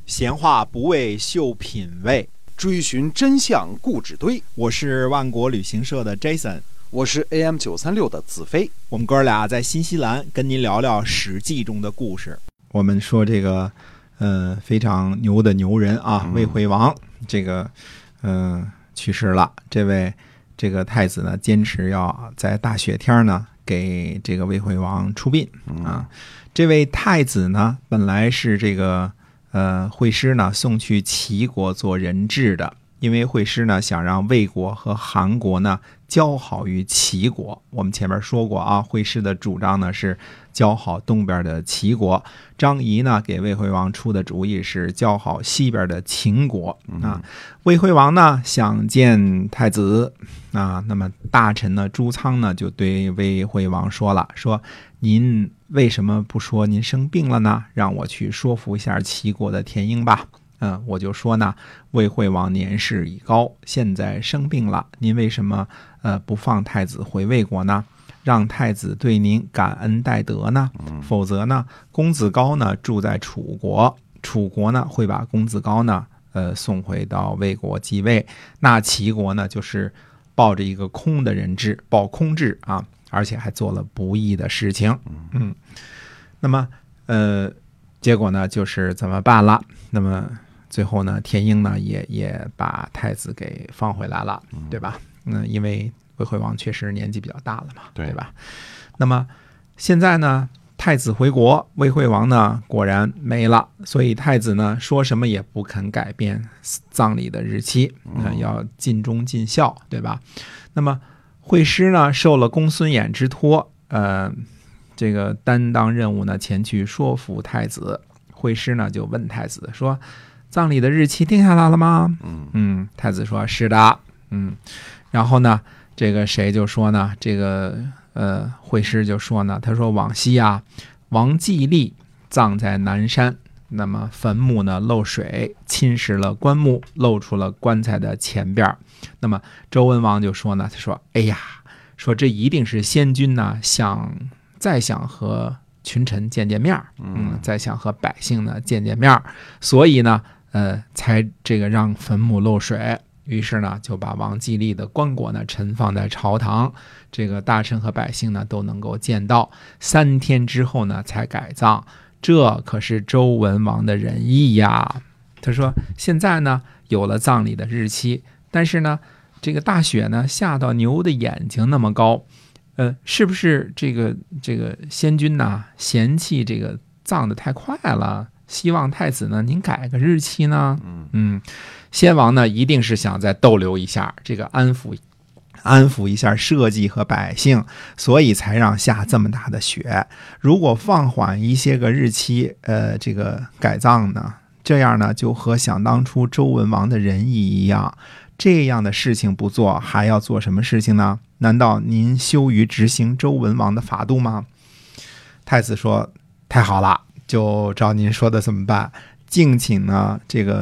闲话不为秀品味， 追寻真相故纸堆。 我是万国旅行社的 Jason， 我是 AM936 的子飞。 我们哥俩在新西兰跟您聊聊《史记》中的故事。我们说这个非常牛的牛人啊，魏惠王这个去世了。这个太子呢，坚持要在大雪天呢给这个魏惠王出殡啊。这位太子呢，本来是这个惠施呢送去齐国做人质的，因为惠施呢想让魏国和韩国呢交好于齐国。我们前面说过啊，惠施的主张呢是交好东边的齐国，张仪呢给魏惠王出的主意是交好西边的秦国啊。魏惠王呢想见太子啊，那么大臣呢朱仓呢就对魏惠王说了，说您为什么不说您生病了呢？让我去说服一下齐国的田婴吧。我就说呢，魏惠王年事已高，现在生病了，您为什么不放太子回魏国呢？让太子对您感恩戴德呢？否则呢，公子高呢住在楚国，楚国呢会把公子高呢送回到魏国继位，那齐国呢就是抱着一个空的人质，抱空制啊，而且还做了不义的事情。那么结果呢就是怎么办了？那么最后呢，田婴呢也把太子给放回来了，对吧？因为魏惠王确实年纪比较大了嘛，对吧？那么现在呢，太子回国，魏惠王呢果然没了，所以太子呢说什么也不肯改变葬礼的日期，要尽忠尽孝，对吧？那么惠施呢受了公孙衍之托，这个担当任务呢前去说服太子。惠施呢就问太子说，葬礼的日期定下来了吗？太子说是的。然后呢这个谁就说呢，这个惠施就说呢，他说往昔啊，王季历葬在南山，那么坟墓呢漏水，侵蚀了棺木，露出了棺材的前边。那么周文王就说呢，他说哎呀，说这一定是先君呢再想和群臣见面，再想和百姓呢见面，所以呢才这个让坟墓漏水。于是呢就把王季历的棺椁呢陈放在朝堂，这个大臣和百姓呢都能够见到，3天之后呢才改葬，这可是周文王的仁义呀。他说现在呢有了葬礼的日期，但是呢这个大雪呢下到牛的眼睛那么高，是不是这个先君呢嫌弃这个葬得太快了，希望太子呢您改个日期呢？先王呢一定是想再逗留一下，这个安抚一下社稷和百姓，所以才让下这么大的雪。如果放缓一些个日期，这个改葬呢，这样呢就和想当初周文王的仁义一样。这样的事情不做，还要做什么事情呢？难道您羞于执行周文王的法度吗？太子说太好了，就照您说的这么办，敬请呢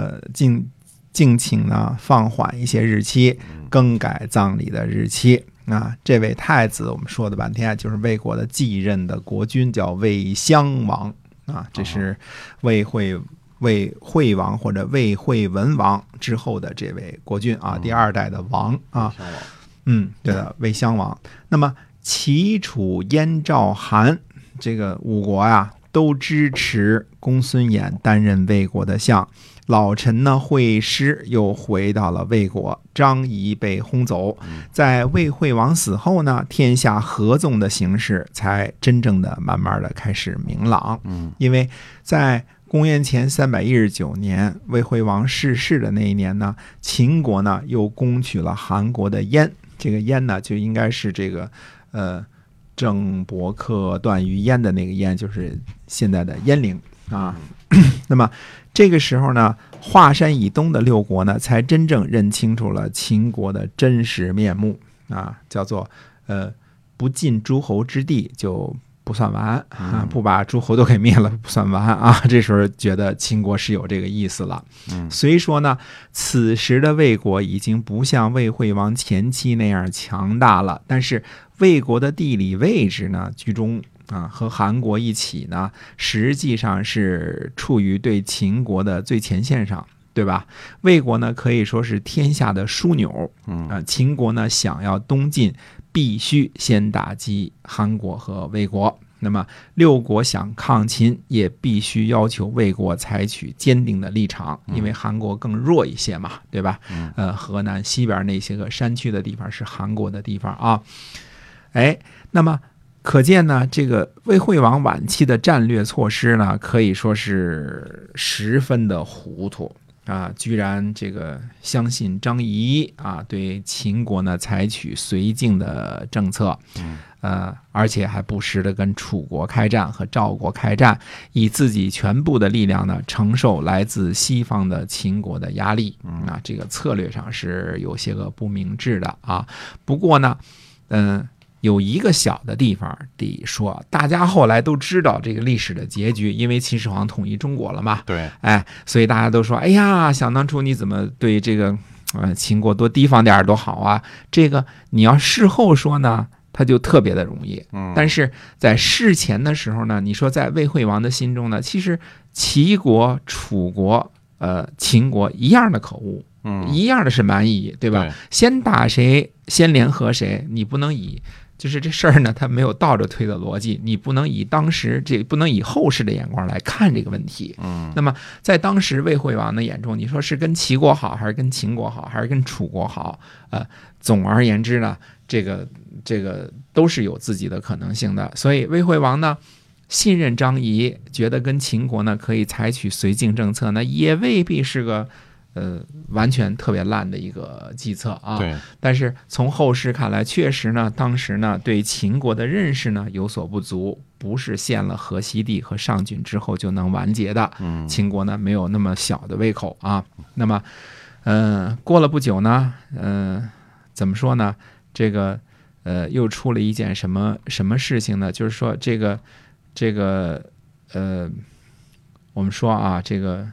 放缓一些日期，更改葬礼的日期啊。这位太子我们说的半天就是魏国的继任的国君，叫魏襄王啊，这是魏惠王或者魏惠文王之后的这位国君啊，第2代的王啊。对的，魏襄王。那么齐楚燕赵韩这个5国啊都支持公孙衍担任魏国的相。老臣呢惠施又回到了魏国，张仪被轰走。在魏惠王死后呢，天下合纵的形势才真正的慢慢的开始明朗。因为在公元前319年魏惠王逝世的那一年呢，秦国呢又攻取了韩国的燕，这个燕呢就应该是这个郑伯克段于鄢的那个燕，就是现在的鄢陵啊。那么这个时候呢，华山以东的6国呢才真正认清楚了秦国的真实面目啊，叫做不尽诸侯之地就不算完啊，不把诸侯都给灭了不算完啊。这时候觉得秦国是有这个意思了。虽说呢，此时的魏国已经不像魏惠王前期那样强大了，但是魏国的地理位置呢，居中啊，和韩国一起呢，实际上是处于对秦国的最前线上，对吧？魏国呢可以说是天下的枢纽，秦国呢想要东进，必须先打击韩国和魏国。那么六国想抗秦，也必须要求魏国采取坚定的立场，因为韩国更弱一些嘛，对吧？河南西边那些个山区的地方是韩国的地方啊。那么可见呢，这个魏惠王晚期的战略措施呢，可以说是十分的糊涂啊！居然这个相信张仪啊，对秦国呢采取绥靖的政策，而且还不时的跟楚国开战和赵国开战，以自己全部的力量呢承受来自西方的秦国的压力。这个策略上是有些个不明智的啊。不过呢，有一个小的地方得说，大家后来都知道这个历史的结局，因为秦始皇统一中国了嘛。 对， 所以大家都说，哎呀，想当初你怎么对这个秦国多提防点多好啊？这个你要事后说呢，它就特别的容易。但是在事前的时候呢，你说在魏惠王的心中呢，其实齐国、楚国、秦国一样的可恶，一样的是蛮夷，对吧？ 对， 先打谁，先联合谁，你不能以。就是这事儿呢，它没有倒着推的逻辑，你不能以不能以后世的眼光来看这个问题。那么在当时魏惠王的眼中，你说是跟齐国好，还是跟秦国好，还是跟楚国好？总而言之呢，这个都是有自己的可能性的。所以魏惠王呢，信任张仪，觉得跟秦国呢可以采取绥靖政策，那也未必是个完全特别烂的一个计策啊。 对， 但是从后世看来，确实呢，当时呢对秦国的认识呢有所不足，不是献了河西地和上郡之后就能完结的。秦国呢没有那么小的胃口啊。那么，过了不久呢，怎么说呢？这个又出了一件什么事情呢？就是说这个我们说啊，这个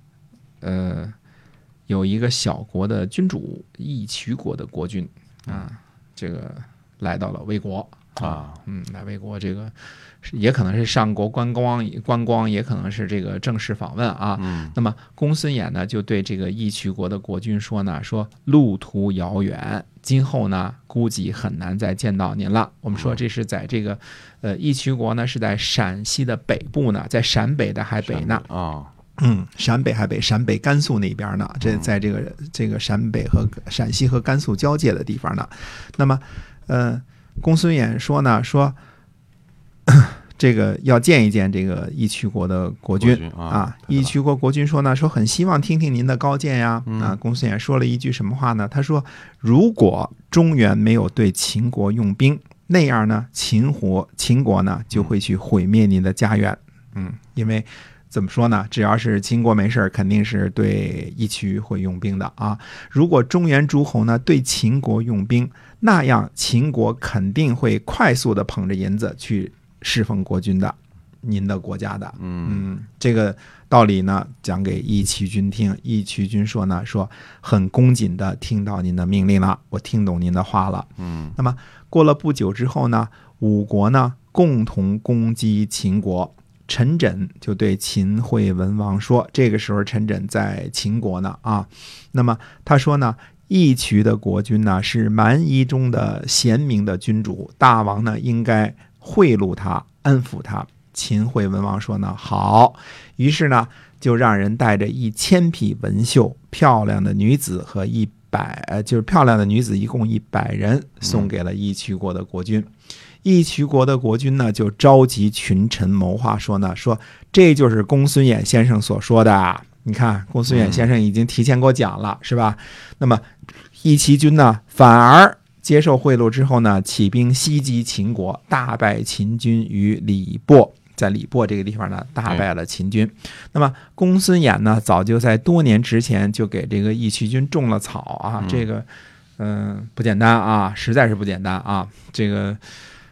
有一个小国的君主，义渠国的国君啊，这个来到了魏国啊，来魏国，这个也可能是上国观光，也可能是这个正式访问啊。那么公孙衍呢，就对这个义渠国的国君说呢，说路途遥远，今后呢估计很难再见到您了。我们说这是在这个义渠国呢是在陕西的北部呢，在陕北的还北呢啊。陕北还北，陕北甘肃那边呢，这在这个陕北和陕西和甘肃交界的地方呢。那么，公孙衍说呢，说这个要见一见这个义渠国的国君啊。义渠国国君说呢，说很希望听听您的高见呀。公孙衍说了一句什么话呢？他说，如果中原没有对秦国用兵，那样呢，秦国呢就会去毁灭您的家园。因为怎么说呢？只要是秦国没事，肯定是对义渠会用兵的啊。如果中原诸侯呢对秦国用兵，那样秦国肯定会快速的捧着银子去侍奉国君的，您的国家的。这个道理呢讲给义渠君听。义渠君说呢，说很恭谨的听到您的命令了，我听懂您的话了。那么过了不久之后呢，五国呢共同攻击秦国。陈轸就对秦惠文王说，这个时候陈轸在秦国呢啊。那么他说呢，义渠的国君呢是蛮夷中的贤明的君主，大王呢应该贿赂他，安抚他。秦惠文王说呢，好。于是呢就让人带着1000匹文绣漂亮的女子和就是漂亮的女子一共100人，送给了义渠国的国君。义渠国的国君呢就召集群臣谋划，说呢，说这就是公孙衍先生所说的。你看公孙衍先生已经提前给我讲了，是吧？那么义渠君呢反而接受贿赂之后呢，起兵袭击秦国，大败秦军于李薄。在李薄这个地方呢大败了秦军。那么公孙衍呢早就在多年之前就给这个义渠君种了草啊。这个不简单啊，实在是不简单啊。这个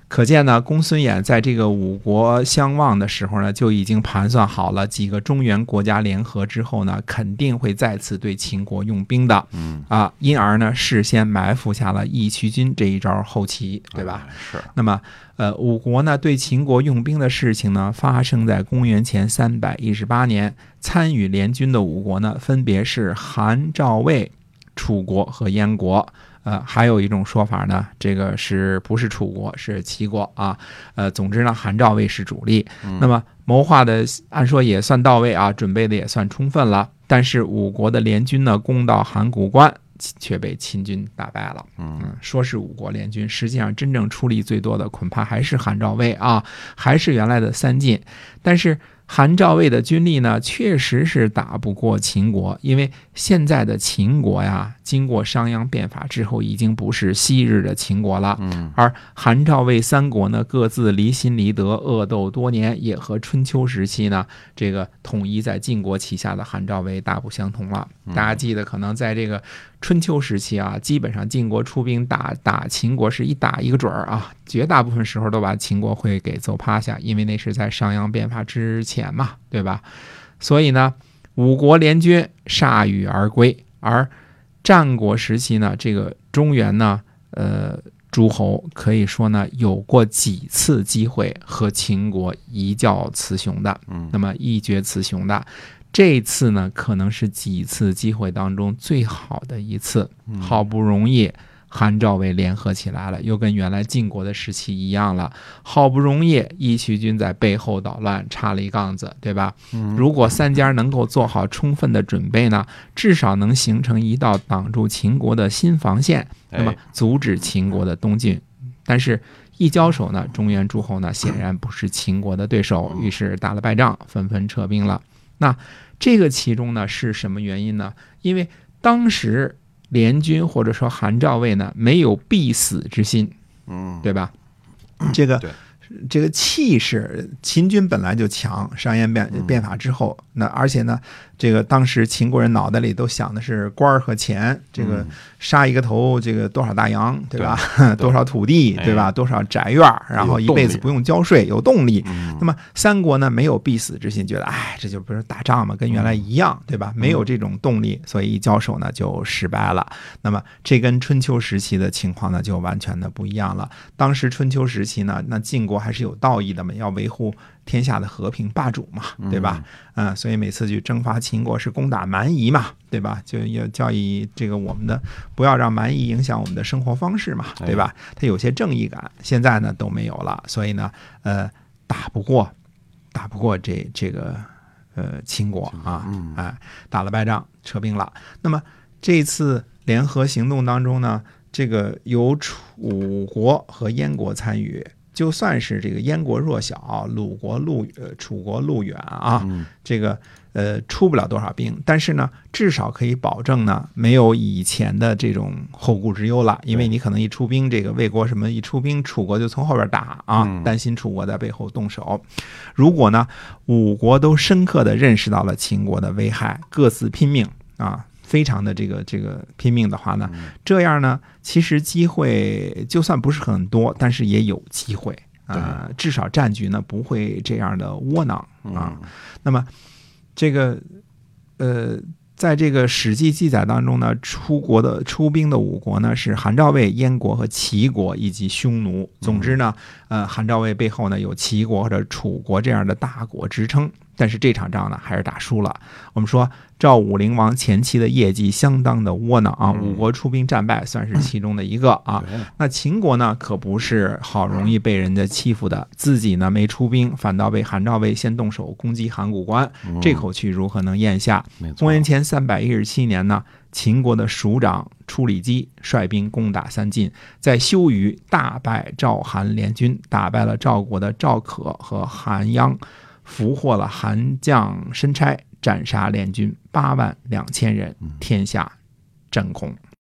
可见呢，公孙衍在这个五国相望的时候呢，就已经盘算好了，几个中原国家联合之后呢，肯定会再次对秦国用兵的。因而呢，事先埋伏下了义渠军这一招后棋，对吧？ 是。 那么，五国呢对秦国用兵的事情呢，发生在公元前318年。参与联军的五国呢，分别是韩、赵、魏、楚国和燕国。还有一种说法呢，这个不是楚国，是齐国啊。总之呢，韩赵魏是主力。那么谋划的按说也算到位啊，准备的也算充分了。但是五国的联军呢，攻到函谷关，却被秦军打败了。说是五国联军，实际上真正出力最多的恐怕还是韩赵魏啊，还是原来的三晋。但是韩赵魏的军力呢，确实是打不过秦国，因为现在的秦国呀，经过商鞅变法之后，已经不是昔日的秦国了。而韩赵魏三国呢，各自离心离德，恶斗多年，也和春秋时期呢，这个统一在晋国旗下的韩赵魏大不相同了。大家记得，可能在这个春秋时期啊，基本上晋国出兵打秦国是一打一个准儿啊，绝大部分时候都把秦国会给揍趴下，因为那是在商鞅变法之前嘛，对吧？所以呢，五国联军铩羽而归。而战国时期呢，这个中原呢，诸侯可以说呢，有过几次机会和秦国一较雌雄的，那么一决雌雄的。这次呢，可能是几次机会当中最好的一次。好不容易韩赵魏联合起来了，又跟原来晋国的时期一样了。好不容易义渠军在背后捣乱，插了一杠子，对吧？如果三家能够做好充分的准备呢，至少能形成一道挡住秦国的新防线，那么阻止秦国的东进。但是一交手呢，中原诸侯呢显然不是秦国的对手，于是打了败仗，纷纷撤兵了。那这个其中呢是什么原因呢？因为当时联军或者说韩赵魏呢没有必死之心，对吧？这个气势，秦军本来就强，商鞅变法之后，那而且呢，这个当时秦国人脑袋里都想的是官儿和钱，这个杀一个头，这个多少大洋，对吧？多少土地，对吧？多少宅院，然后一辈子不用交税，有动力。那么三国呢，没有必死之心，觉得这就不是打仗嘛，跟原来一样，对吧？没有这种动力，所以一交手呢就失败了。那么这跟春秋时期的情况呢就完全的不一样了。当时春秋时期呢，那晋国还是有道义的嘛，要维护天下的和平霸主嘛，对吧？所以每次去征伐秦国是攻打蛮夷嘛，对吧？就要教育这个我们的不要让蛮夷影响我们的生活方式嘛，对吧？他有些正义感，现在呢都没有了，所以呢，打不过这个秦国啊，打了败仗，撤兵了。那么这次联合行动当中呢，这个有楚国和燕国参与。就算是这个燕国弱小，楚国路远啊，这个出不了多少兵，但是呢，至少可以保证呢，没有以前的这种后顾之忧了。因为你可能一出兵，这个魏国什么一出兵，楚国就从后边打啊，担心楚国在背后动手。如果呢，五国都深刻的认识到了秦国的危害，各自拼命啊。非常的这个拼命的话呢，这样呢，其实机会就算不是很多，但是也有机会至少战局呢不会这样的窝囊啊。那么这个在这个《史记》记载当中呢，出兵的五国呢是韩赵魏、燕国和齐国以及匈奴。总之呢，韩赵魏背后呢有齐国或者楚国这样的大国支撑。但是这场仗呢还是打输了。我们说赵武灵王前期的业绩相当的窝囊啊，五国出兵战败算是其中的一个啊。那秦国呢可不是好容易被人家欺负的，自己呢没出兵，反倒被韩赵魏先动手攻击函谷关，这口气如何能咽下？公元前317年呢，秦国的蜀长处理基率兵攻打三晋，在修舆大败赵韩联军，打败了赵国的赵可和韩鞅，俘获了韩将申差，斩杀联军82000人，天下震恐。